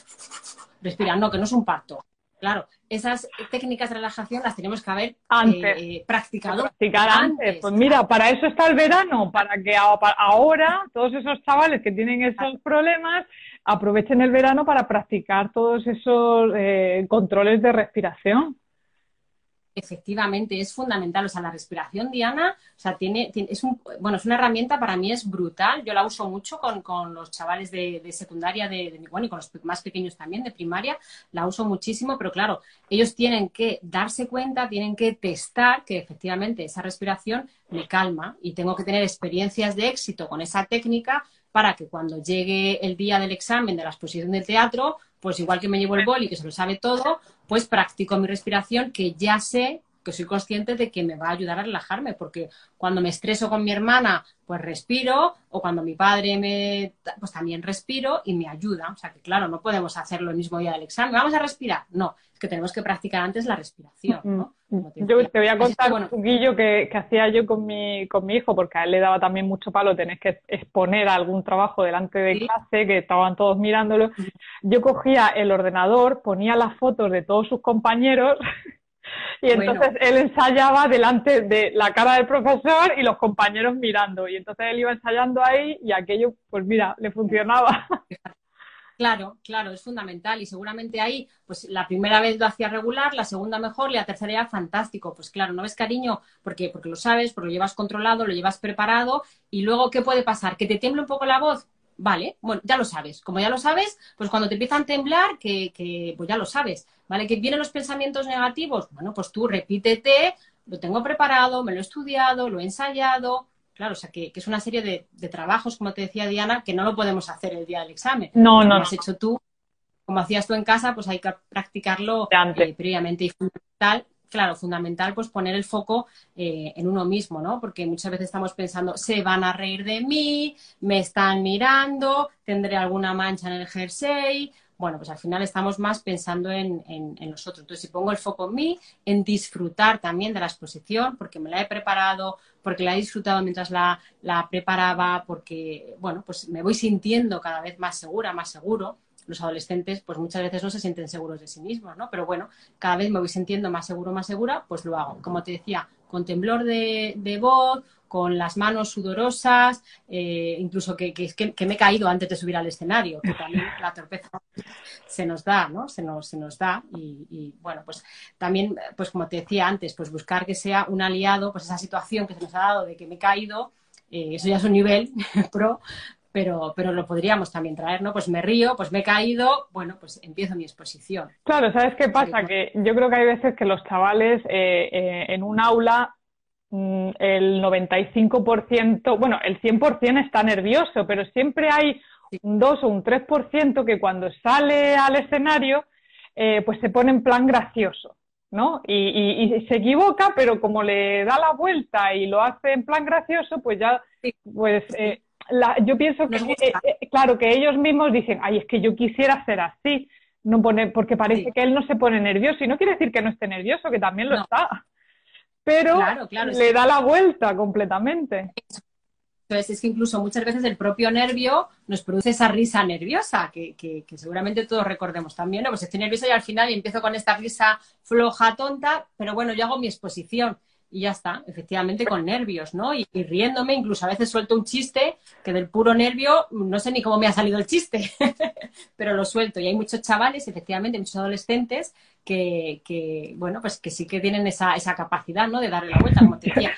no, que no es un parto. Claro, esas técnicas de relajación las tenemos que haber practicado antes. Pues mira, para eso está el verano, para que ahora todos esos chavales que tienen esos problemas aprovechen el verano para practicar todos esos controles de respiración. Efectivamente, es fundamental. O sea, la respiración, Diana, o sea, es una herramienta, para mí es brutal. Yo la uso mucho con los chavales de secundaria, y con los más pequeños también, de primaria, la uso muchísimo, pero claro, ellos tienen que darse cuenta, tienen que testar que efectivamente esa respiración me calma y tengo que tener experiencias de éxito con esa técnica para que cuando llegue el día del examen de la exposición del teatro, pues igual que me llevo el boli, que se lo sabe todo, pues practico mi respiración, que ya sé, que soy consciente de que me va a ayudar a relajarme, porque cuando me estreso con mi hermana, pues respiro, o cuando mi padre pues también respiro y me ayuda. O sea que claro, no podemos hacerlo el mismo día del examen. ¿Vamos a respirar? No, es que tenemos que practicar antes la respiración, ¿no? Yo te voy a contar un poquillo que hacía yo con mi hijo, porque a él le daba también mucho palo tener que exponer algún trabajo delante de clase, que estaban todos mirándolo. Yo cogía el ordenador, ponía las fotos de todos sus compañeros y entonces él ensayaba delante de la cara del profesor y los compañeros mirando. Y entonces él iba ensayando ahí y aquello, pues mira, le funcionaba. Claro, claro, es fundamental y seguramente ahí, pues la primera vez lo hacía regular, la segunda mejor y la tercera ya fantástico. Pues claro, no ves cariño porque lo sabes, porque lo llevas controlado, lo llevas preparado y luego, ¿qué puede pasar? ¿Que te tiemble un poco la voz? Vale, bueno, ya lo sabes. Como ya lo sabes, pues cuando te empiezan a temblar, pues ya lo sabes, ¿vale? Que vienen los pensamientos negativos, bueno, pues tú repítete, lo tengo preparado, me lo he estudiado, lo he ensayado. Claro, o sea, que es una serie de trabajos, como te decía Diana, que no lo podemos hacer el día del examen. No, pues no, como no. has hecho tú, como hacías tú en casa, pues hay que practicarlo Antes. previamente. Y fundamental, claro, fundamental, pues poner el foco en uno mismo, ¿no? Porque muchas veces estamos pensando, se van a reír de mí, me están mirando, tendré alguna mancha en el jersey. Bueno, pues al final estamos más pensando en nosotros. Entonces, si pongo el foco en mí, en disfrutar también de la exposición, porque me la he preparado, porque la he disfrutado mientras la preparaba, porque, bueno, pues me voy sintiendo cada vez más segura, más seguro. Los adolescentes, pues muchas veces no se sienten seguros de sí mismos, ¿no? Pero bueno, cada vez me voy sintiendo más seguro, más segura, pues lo hago. Como te decía, con temblor de voz, con las manos sudorosas, incluso que me he caído antes de subir al escenario, que también la torpeza se nos da, ¿no? Se nos da y bueno, pues también, pues como te decía antes, pues buscar que sea un aliado, pues esa situación que se nos ha dado de que me he caído, eso ya es un nivel pro, pero lo podríamos también traer, ¿no? Pues me río, pues me he caído, bueno, pues empiezo mi exposición. Claro, ¿sabes qué pasa? Que yo creo que hay veces que los chavales en un aula el 95%, bueno, el 100% está nervioso, pero siempre hay un 2 o un 3% que cuando sale al escenario pues se pone en plan gracioso, ¿no? Y se equivoca, pero como le da la vuelta y lo hace en plan gracioso, pues ya, pues yo pienso que, claro, que ellos mismos dicen, ay, es que yo quisiera ser así, no pone, porque parece que él no se pone nervioso, y no quiere decir que no esté nervioso, que también lo está, pero claro, le da la vuelta completamente. Entonces, es que incluso muchas veces el propio nervio nos produce esa risa nerviosa, que seguramente todos recordemos también, ¿no? Pues estoy nerviosa y al final empiezo con esta risa floja, tonta, pero bueno, yo hago mi exposición y ya está, efectivamente con nervios, ¿no? Y riéndome, incluso a veces suelto un chiste que del puro nervio no sé ni cómo me ha salido el chiste, pero lo suelto. Y hay muchos chavales, efectivamente, muchos adolescentes que bueno, pues que sí que tienen esa capacidad, ¿no? De darle la vuelta, como te decía,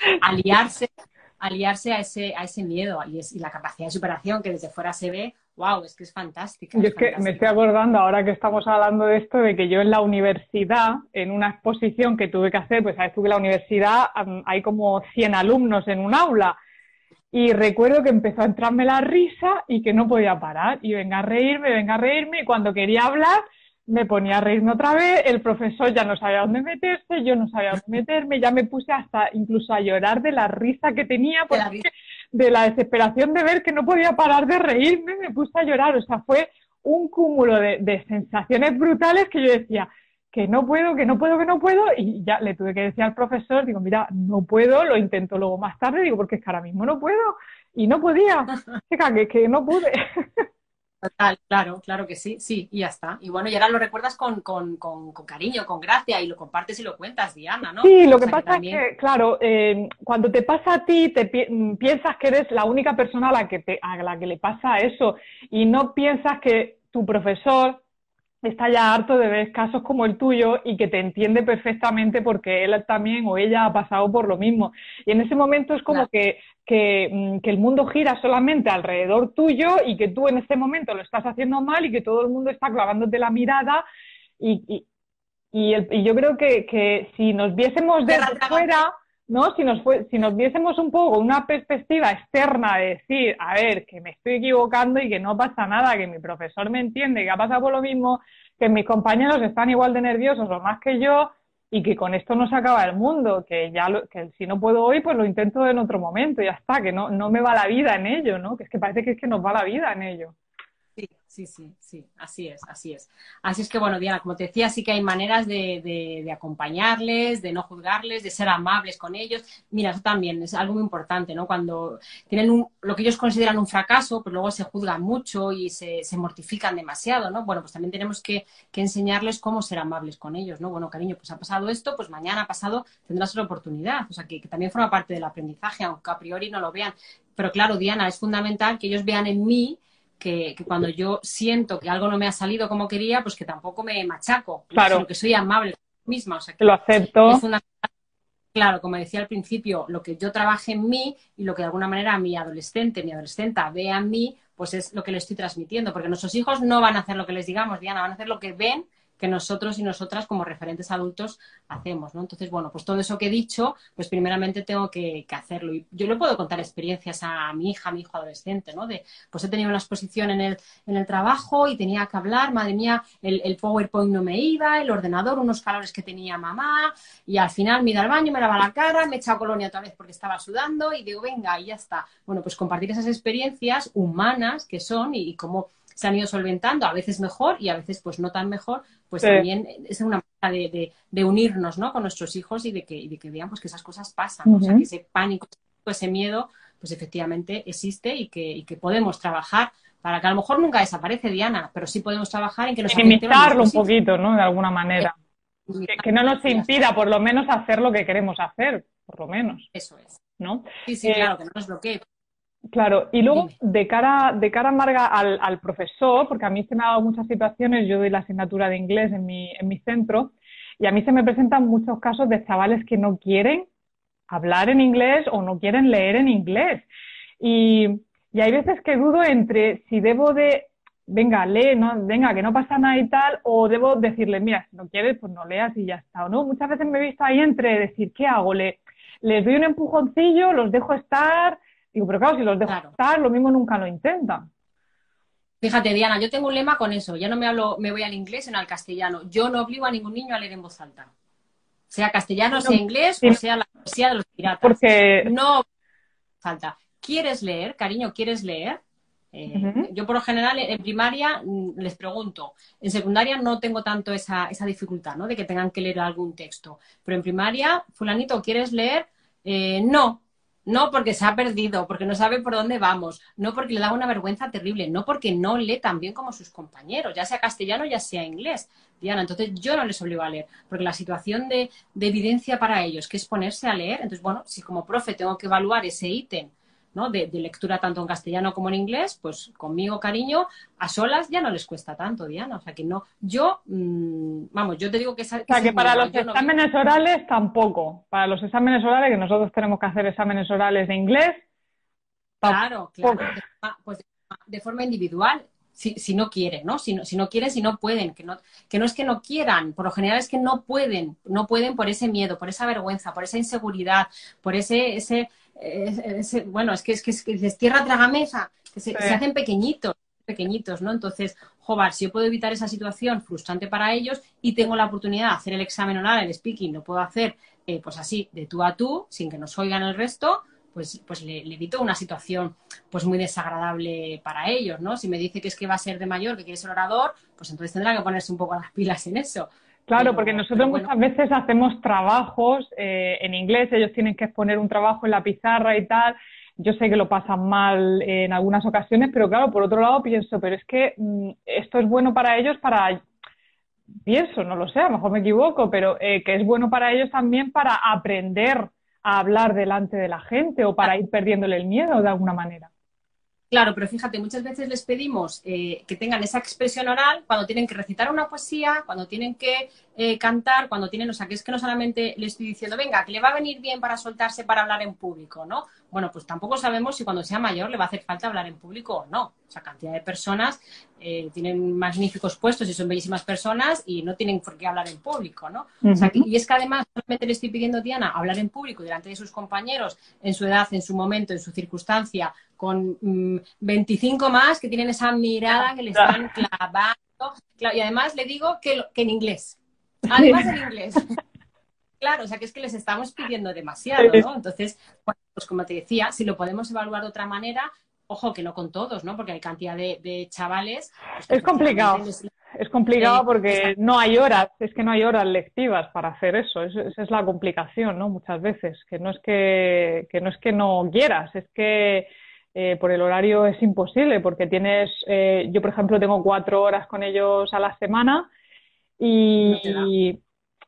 aliarse a ese miedo y la capacidad de superación que desde fuera se ve, wow, es que es fantástica. Yo es que me estoy acordando, ahora que estamos hablando de esto, de que yo en la universidad, en una exposición que tuve que hacer, pues sabes tú que en la universidad hay como 100 alumnos en un aula, y recuerdo que empezó a entrarme la risa y que no podía parar, y venga a reírme, y cuando quería hablar me ponía a reírme otra vez, el profesor ya no sabía dónde meterse, yo no sabía dónde meterme, ya me puse hasta incluso a llorar de la risa que tenía, porque de la desesperación de ver que no podía parar de reírme, me puse a llorar. O sea, fue un cúmulo de sensaciones brutales que yo decía que no puedo, y ya le tuve que decir al profesor, digo, mira, no puedo, lo intento luego más tarde, digo, porque es que ahora mismo no puedo, y no podía, que no pude. Total, claro que sí, y ya está. Y bueno, y ahora lo recuerdas con cariño, con gracia, y lo compartes y lo cuentas, Diana, ¿no? Sí, lo que pasa es que, claro, cuando te pasa a ti, piensas que eres la única persona a la que le pasa eso, y no piensas que tu profesor está ya harto de ver casos como el tuyo y que te entiende perfectamente porque él también o ella ha pasado por lo mismo. Y en ese momento es como que el mundo gira solamente alrededor tuyo y que tú en ese momento lo estás haciendo mal y que todo el mundo está clavándote la mirada y yo creo que si nos viésemos desde fuera, ¿no? Si nos viésemos un poco con una perspectiva externa de decir, a ver, que me estoy equivocando y que no pasa nada, que mi profesor me entiende, que ha pasado por lo mismo, que mis compañeros están igual de nerviosos o más que yo y que con esto no se acaba el mundo, que si no puedo hoy, pues lo intento en otro momento, ya está, que no me va la vida en ello, ¿no? Que es que parece que nos va la vida en ello. Sí, así es. Así es que, bueno, Diana, como te decía, sí que hay maneras de acompañarles, de no juzgarles, de ser amables con ellos. Mira, eso también es algo muy importante, ¿no? Cuando tienen lo que ellos consideran un fracaso, pues luego se juzgan mucho y se mortifican demasiado, ¿no? Bueno, pues también tenemos que enseñarles cómo ser amables con ellos, ¿no? Bueno, cariño, pues ha pasado esto, pues mañana ha pasado, tendrás otra oportunidad. O sea, que también forma parte del aprendizaje, aunque a priori no lo vean. Pero claro, Diana, es fundamental que ellos vean en mí que cuando yo siento que algo no me ha salido como quería, pues que tampoco me machaco, Claro. sino que soy amable conmigo misma. O sea, que Lo acepto. es fundamental, claro, como decía al principio, lo que yo trabaje en mí y lo que de alguna manera mi adolescente, mi adolescenta vea en mí, pues es lo que le estoy transmitiendo, porque nuestros hijos no van a hacer lo que les digamos, Diana, van a hacer lo que ven que nosotros y nosotras como referentes adultos hacemos, ¿no? Entonces, bueno, pues todo eso que he dicho, pues primeramente tengo que hacerlo. Y yo le puedo contar experiencias a mi hija, a mi hijo adolescente, ¿no? Pues he tenido una exposición en el trabajo y tenía que hablar, madre mía, el PowerPoint no me iba, el ordenador, unos calores que tenía mamá, y al final me he ido al baño, me lava la cara, me he echado colonia otra vez porque estaba sudando y digo, venga, y ya está. Bueno, pues compartir esas experiencias humanas que son y cómo se han ido solventando, a veces mejor y a veces pues no tan mejor, pues también es una manera de unirnos, ¿no? Con nuestros hijos y de que vean pues que esas cosas pasan, ¿no? O sea, que ese pánico, ese miedo, pues efectivamente existe y que podemos trabajar para que a lo mejor nunca desaparece, Diana, pero sí podemos trabajar en que nos minimizarlo un poquito, ¿no? De alguna manera. Que no nos impida por lo menos hacer lo que queremos hacer, por lo menos. Eso es. ¿No? Sí, claro, que no nos bloquee. Claro, y luego de cara, Marga, al profesor, porque a mí se me ha dado muchas situaciones, yo doy la asignatura de inglés en mi centro, y a mí se me presentan muchos casos de chavales que no quieren hablar en inglés o no quieren leer en inglés. Y hay veces que dudo entre si debo de, venga, lee, no, venga, que no pasa nada y tal, o debo decirle, mira, si no quieres, pues no leas y ya está, ¿o no? Muchas veces me he visto ahí entre decir, ¿qué hago? ¿Les doy un empujoncillo? ¿Los dejo estar? Digo, pero claro, si los dejo estar, lo mismo nunca lo intentan. Fíjate, Diana, yo tengo un lema con eso. Ya no me voy al inglés, sino al castellano. Yo no obligo a ningún niño a leer en voz alta. Sea castellano, sea inglés, o sea la poesía de los piratas. Porque no falta. ¿Quieres leer, cariño? ¿Quieres leer? Yo, por lo general, en primaria les pregunto. En secundaria no tengo tanto esa dificultad, ¿no? De que tengan que leer algún texto. Pero en primaria, fulanito, ¿quieres leer? No. No porque se ha perdido, porque no sabe por dónde vamos, no porque le da una vergüenza terrible, no porque no lee tan bien como sus compañeros, ya sea castellano, ya sea inglés. Diana, entonces yo no les obligo a leer, porque la situación de evidencia para ellos, que es ponerse a leer, entonces, bueno, si como profe tengo que evaluar ese ítem, ¿no? de lectura tanto en castellano como en inglés, pues conmigo, cariño, a solas ya no les cuesta tanto, Diana. O sea que no, yo, vamos, yo te digo que... que para los exámenes orales tampoco. Para los exámenes orales, que nosotros tenemos que hacer exámenes orales de inglés. Claro. Pues de forma individual, si no quieren, ¿no? Si no quieren, si no pueden, que no es que no quieran, por lo general es que no pueden por ese miedo, por esa vergüenza, por esa inseguridad, por bueno, es que dices, tierra tragamesa, que se hacen pequeñitos, ¿no? Entonces, joder, si yo puedo evitar esa situación frustrante para ellos y tengo la oportunidad de hacer el examen oral, el speaking, lo puedo hacer pues así, de tú a tú, sin que nos oigan el resto, pues le evito una situación pues muy desagradable para ellos, ¿no? Si me dice que es que va a ser de mayor, que quiere ser orador, pues entonces tendrá que ponerse un poco las pilas en eso. Claro, porque nosotros muchas veces hacemos trabajos en inglés, ellos tienen que exponer un trabajo en la pizarra y tal. Yo sé que lo pasan mal en algunas ocasiones, pero claro, por otro lado pienso, pero es que esto es bueno para ellos pienso, no lo sé, a lo mejor me equivoco, pero que es bueno para ellos también para aprender a hablar delante de la gente o para ir perdiéndole el miedo de alguna manera. Claro, pero fíjate, muchas veces les pedimos que tengan esa expresión oral cuando tienen que recitar una poesía, cuando tienen que cantar, cuando tienen, o sea, que es que no solamente le estoy diciendo, venga, que le va a venir bien para soltarse para hablar en público, ¿no? Bueno, pues tampoco sabemos si cuando sea mayor le va a hacer falta hablar en público o no. O sea, cantidad de personas tienen magníficos puestos y son bellísimas personas y no tienen por qué hablar en público, ¿no? O sea, y es que además solamente le estoy pidiendo a Diana hablar en público delante de sus compañeros, en su edad, en su momento, en su circunstancia, con 25 más que tienen esa mirada que le están clavando. Claro, y además le digo que en inglés. Además en inglés. Claro, o sea que es que les estamos pidiendo demasiado, ¿no? Entonces, bueno, pues como te decía, si lo podemos evaluar de otra manera, ojo, que no con todos, ¿no? Porque hay cantidad de chavales... Pues, es complicado. Es complicado porque no hay horas, es que no hay horas lectivas para hacer eso. Esa es la complicación, ¿no? Muchas veces, que no es que no quieras, es que por el horario es imposible, porque tienes, yo por ejemplo tengo 4 horas con ellos a la semana y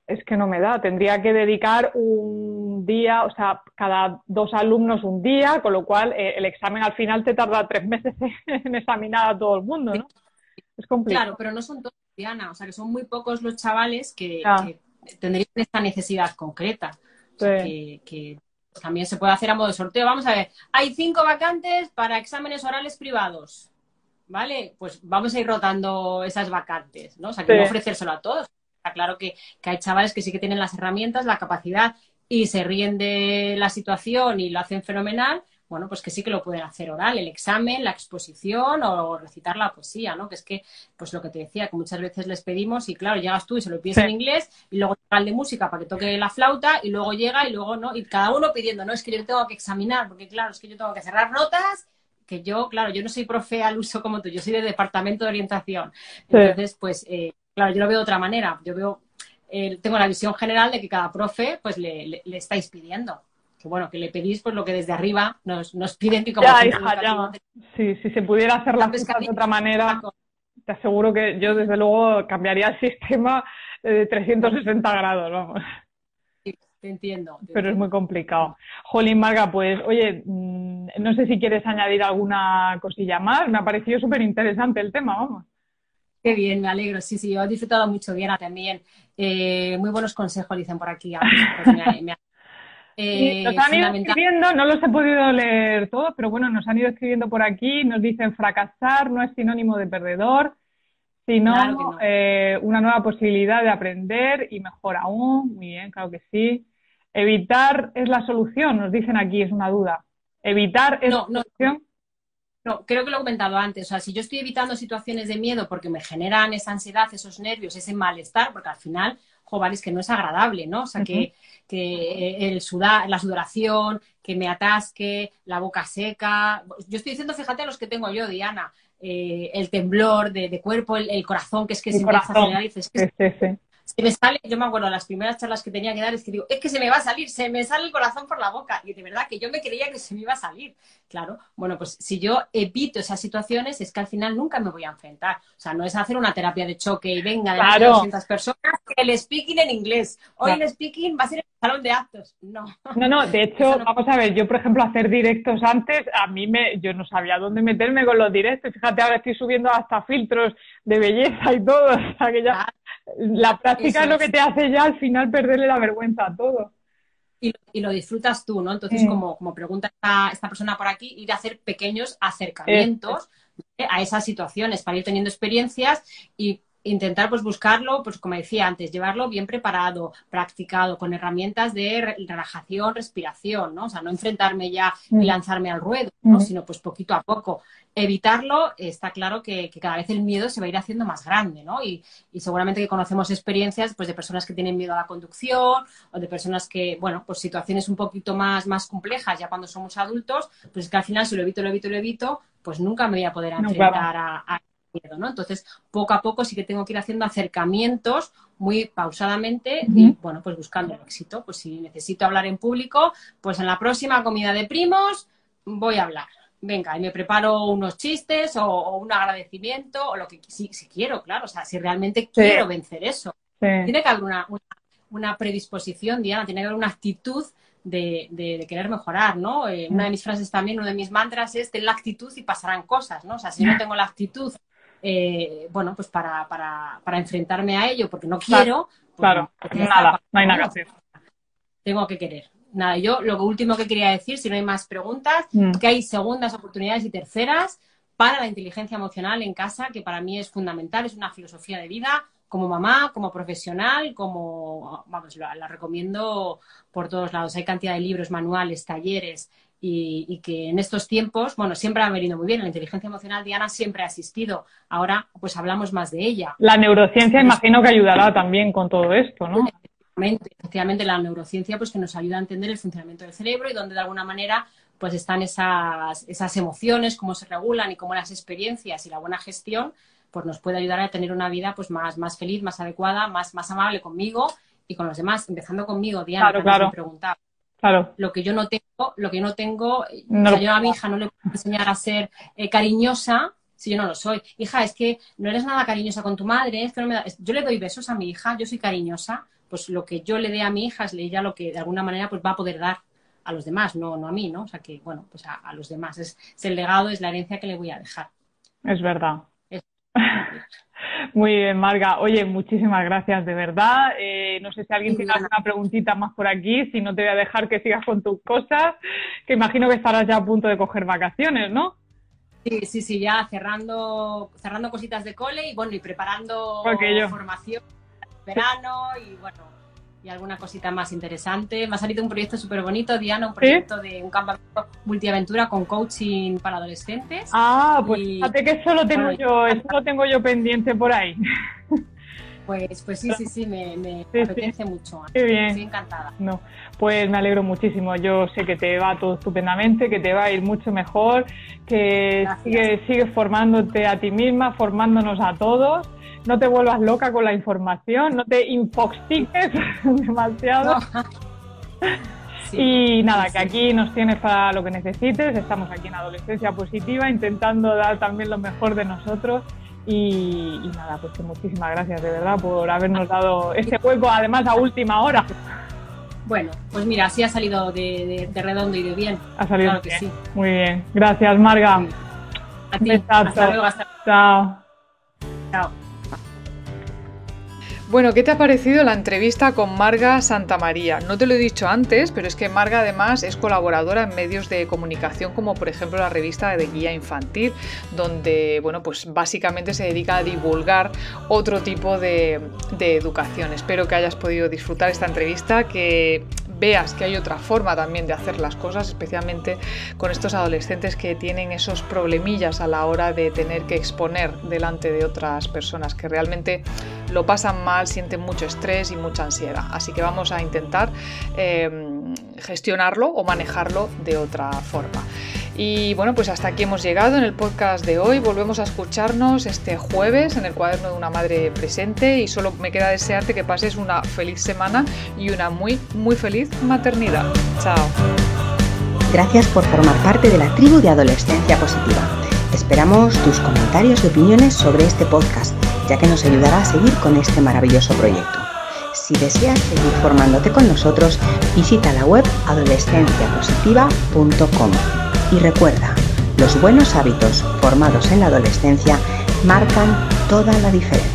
es que no me da. Tendría que dedicar un día, o sea, cada 2 alumnos un día, con lo cual el examen al final te tarda 3 meses en examinar a todo el mundo, ¿no? Es complicado. Claro, pero no son todos, Diana, o sea, que son muy pocos los chavales que Ya. tendrían esta necesidad concreta. O sea, Sí. que también se puede hacer a modo de sorteo. Vamos a ver, hay 5 vacantes para exámenes orales privados, ¿vale? Pues vamos a ir rotando esas vacantes, ¿no? O sea, que Sí. no ofrecérselo a todos. Está claro que hay chavales que sí que tienen las herramientas, la capacidad y se ríen de la situación y lo hacen fenomenal. Bueno, pues que sí que lo pueden hacer oral, el examen, la exposición o recitar la poesía, ¿no? Que es que, pues lo que te decía, que muchas veces les pedimos y claro, llegas tú y se lo pides Sí. en inglés y luego llega el de música para que toque la flauta y luego llega y luego no, y cada uno pidiendo, no, es que yo tengo que examinar, porque claro, es que yo tengo que cerrar notas, que yo, claro, yo no soy profe al uso como tú, yo soy de departamento de orientación. Sí. Entonces, pues, claro, yo lo veo de otra manera, yo veo, tengo la visión general de que cada profe, pues le estáis pidiendo. Que bueno, que le pedís pues lo que desde arriba nos piden que como Ya, centro hija, educativo ya. Sí, si se pudiera hacer las cosas de otra manera, te aseguro que yo desde luego cambiaría el sistema de 360 grados, vamos. te entiendo. Pero es muy complicado. Jolín, Marga, pues oye, no sé si quieres añadir alguna cosilla más. Me ha parecido súper interesante el tema, vamos. Qué bien, me alegro. Sí, sí, yo he disfrutado mucho, Diana, también. Muy buenos consejos, dicen por aquí. Pues Y nos han ido escribiendo, no los he podido leer todos, pero bueno, nos han ido escribiendo por aquí, nos dicen fracasar no es sinónimo de perdedor, sino Claro que no. una nueva posibilidad de aprender y mejor aún. Muy bien, claro que sí. Evitar es la solución, nos dicen aquí, es una duda. ¿Evitar es la solución? No, creo que lo he comentado antes. O sea, si yo estoy evitando situaciones de miedo porque me generan esa ansiedad, esos nervios, ese malestar, porque al final, joder, es que no es agradable, ¿no? O sea, que el sudar, la sudoración, que me atasque, la boca seca. Yo estoy diciendo, fíjate los que tengo yo, Diana, el temblor de cuerpo, el corazón, que es que El se empieza a corazón. acelerar y dices, es que Sí. se me sale, yo me acuerdo, las primeras charlas que tenía que dar es que digo, es que se me va a salir, se me sale el corazón por la boca. Y de verdad que yo me creía que se me iba a salir. Claro, bueno, pues si yo evito esas situaciones es que al final nunca me voy a enfrentar. O sea, no es hacer una terapia de choque y venga, delante de 200 personas, que el speaking en inglés. Hoy el speaking va a ser en el salón de actos. No. No, de hecho, vamos a ver, yo por ejemplo hacer directos antes, yo no sabía dónde meterme con los directos. Fíjate, ahora estoy subiendo hasta filtros de belleza y todo. O sea, que ya la práctica es lo que te hace ya al final perderle la vergüenza a todo. Y lo disfrutas tú, ¿no? Entonces, como pregunta esta persona por aquí, ir a hacer pequeños acercamientos a esas situaciones para ir teniendo experiencias y intentar pues buscarlo, pues como decía antes, llevarlo bien preparado, practicado, con herramientas de relajación, respiración, ¿no? O sea, no enfrentarme ya y lanzarme al ruedo, ¿no? Sino pues poquito a poco. Evitarlo, está claro que cada vez el miedo se va a ir haciendo más grande, ¿no? Y seguramente que conocemos experiencias pues de personas que tienen miedo a la conducción o de personas que, bueno, pues situaciones un poquito más complejas ya cuando somos adultos, pues es que al final si lo evito, pues nunca me voy a poder enfrentar a miedo, ¿no? Entonces, poco a poco sí que tengo que ir haciendo acercamientos muy pausadamente y, bueno, pues buscando el éxito. Pues si necesito hablar en público, pues en la próxima comida de primos voy a hablar. Venga, y me preparo unos chistes o un agradecimiento o lo que si quiero, claro. O sea, si realmente quiero vencer eso. Tiene que haber una predisposición, Diana, tiene que haber una actitud de querer mejorar, ¿no? Una de mis frases también, uno de mis mantras es ten la actitud y pasarán cosas, ¿no? O sea, si no tengo la actitud bueno, pues para enfrentarme a ello, porque no quiero. Claro, nada, no hay nada que hacer. Tengo que querer. Nada, yo lo último que quería decir, si no hay más preguntas, que hay segundas oportunidades y terceras para la inteligencia emocional en casa, que para mí es fundamental, es una filosofía de vida, como mamá, como profesional, vamos, la recomiendo por todos lados. Hay cantidad de libros, manuales, talleres, y que en estos tiempos, bueno, siempre ha venido muy bien. La inteligencia emocional, Diana, siempre ha existido. Ahora, pues hablamos más de ella. La neurociencia imagino que ayudará también con todo esto, ¿no? Efectivamente, la neurociencia pues que nos ayuda a entender el funcionamiento del cerebro y donde de alguna manera pues están esas emociones, cómo se regulan y cómo las experiencias y la buena gestión pues nos puede ayudar a tener una vida pues más feliz, más adecuada, más amable conmigo y con los demás, empezando conmigo, Diana, claro. Me preguntaba. Claro. Lo que yo no tengo, o sea, yo a mi hija no le puedo enseñar a ser cariñosa si yo no lo soy. Hija, es que no eres nada cariñosa con tu madre, es que no me da... Yo le doy besos a mi hija, yo soy cariñosa, pues lo que yo le dé a mi hija es ella lo que de alguna manera pues va a poder dar a los demás, no a mí, ¿no? O sea que, bueno, pues a los demás. Es el legado, es la herencia que le voy a dejar. Es verdad. Muy bien, Marga. Oye, muchísimas gracias, de verdad. No sé si alguien tiene alguna preguntita más por aquí, si no te voy a dejar que sigas con tus cosas, que imagino que estarás ya a punto de coger vacaciones, ¿no? Sí, ya cerrando cositas de cole y bueno, y preparando formación, verano y bueno, y alguna cosita más interesante. Me ha salido un proyecto súper bonito, Diana, un proyecto de un campamento multiaventura con coaching para adolescentes. Ah, pues fíjate que eso lo tengo yo pendiente por ahí. Pues sí, me apetece mucho. Qué bien. Estoy encantada. No, pues me alegro muchísimo. Yo sé que te va todo estupendamente, que te va a ir mucho mejor, que sigues formándote a ti misma, formándonos a todos. No te vuelvas loca con la información, no te infoxiques demasiado. No. Y nada, que aquí nos tienes para lo que necesites. Estamos aquí en Adolescencia Positiva intentando dar también lo mejor de nosotros. Y nada, pues que muchísimas gracias de verdad por habernos dado este hueco, además a última hora. Bueno, pues mira, así ha salido de redondo y de bien. Ha salido claro bien. Que sí. Muy bien. Gracias, Marga. A ti. Hasta luego. Chao. Chao. Bueno, ¿qué te ha parecido la entrevista con Marga Santamaría? No te lo he dicho antes, pero es que Marga además es colaboradora en medios de comunicación como por ejemplo la revista de Guía Infantil, donde bueno, pues básicamente se dedica a divulgar otro tipo de educación. Espero que hayas podido disfrutar esta entrevista, que veas que hay otra forma también de hacer las cosas, especialmente con estos adolescentes que tienen esos problemillas a la hora de tener que exponer delante de otras personas, que realmente lo pasan mal, sienten mucho estrés y mucha ansiedad. Así que vamos a intentar gestionarlo o manejarlo de otra forma. Y bueno, pues hasta aquí hemos llegado en el podcast de hoy. Volvemos a escucharnos este jueves en el Cuaderno de una Madre Presente y solo me queda desearte que pases una feliz semana y una muy, muy feliz maternidad. Chao. Gracias por formar parte de la tribu de Adolescencia Positiva. Esperamos tus comentarios y opiniones sobre este podcast, ya que nos ayudará a seguir con este maravilloso proyecto. Si deseas seguir formándote con nosotros, visita la web adolescenciapositiva.com. Y recuerda, los buenos hábitos formados en la adolescencia marcan toda la diferencia.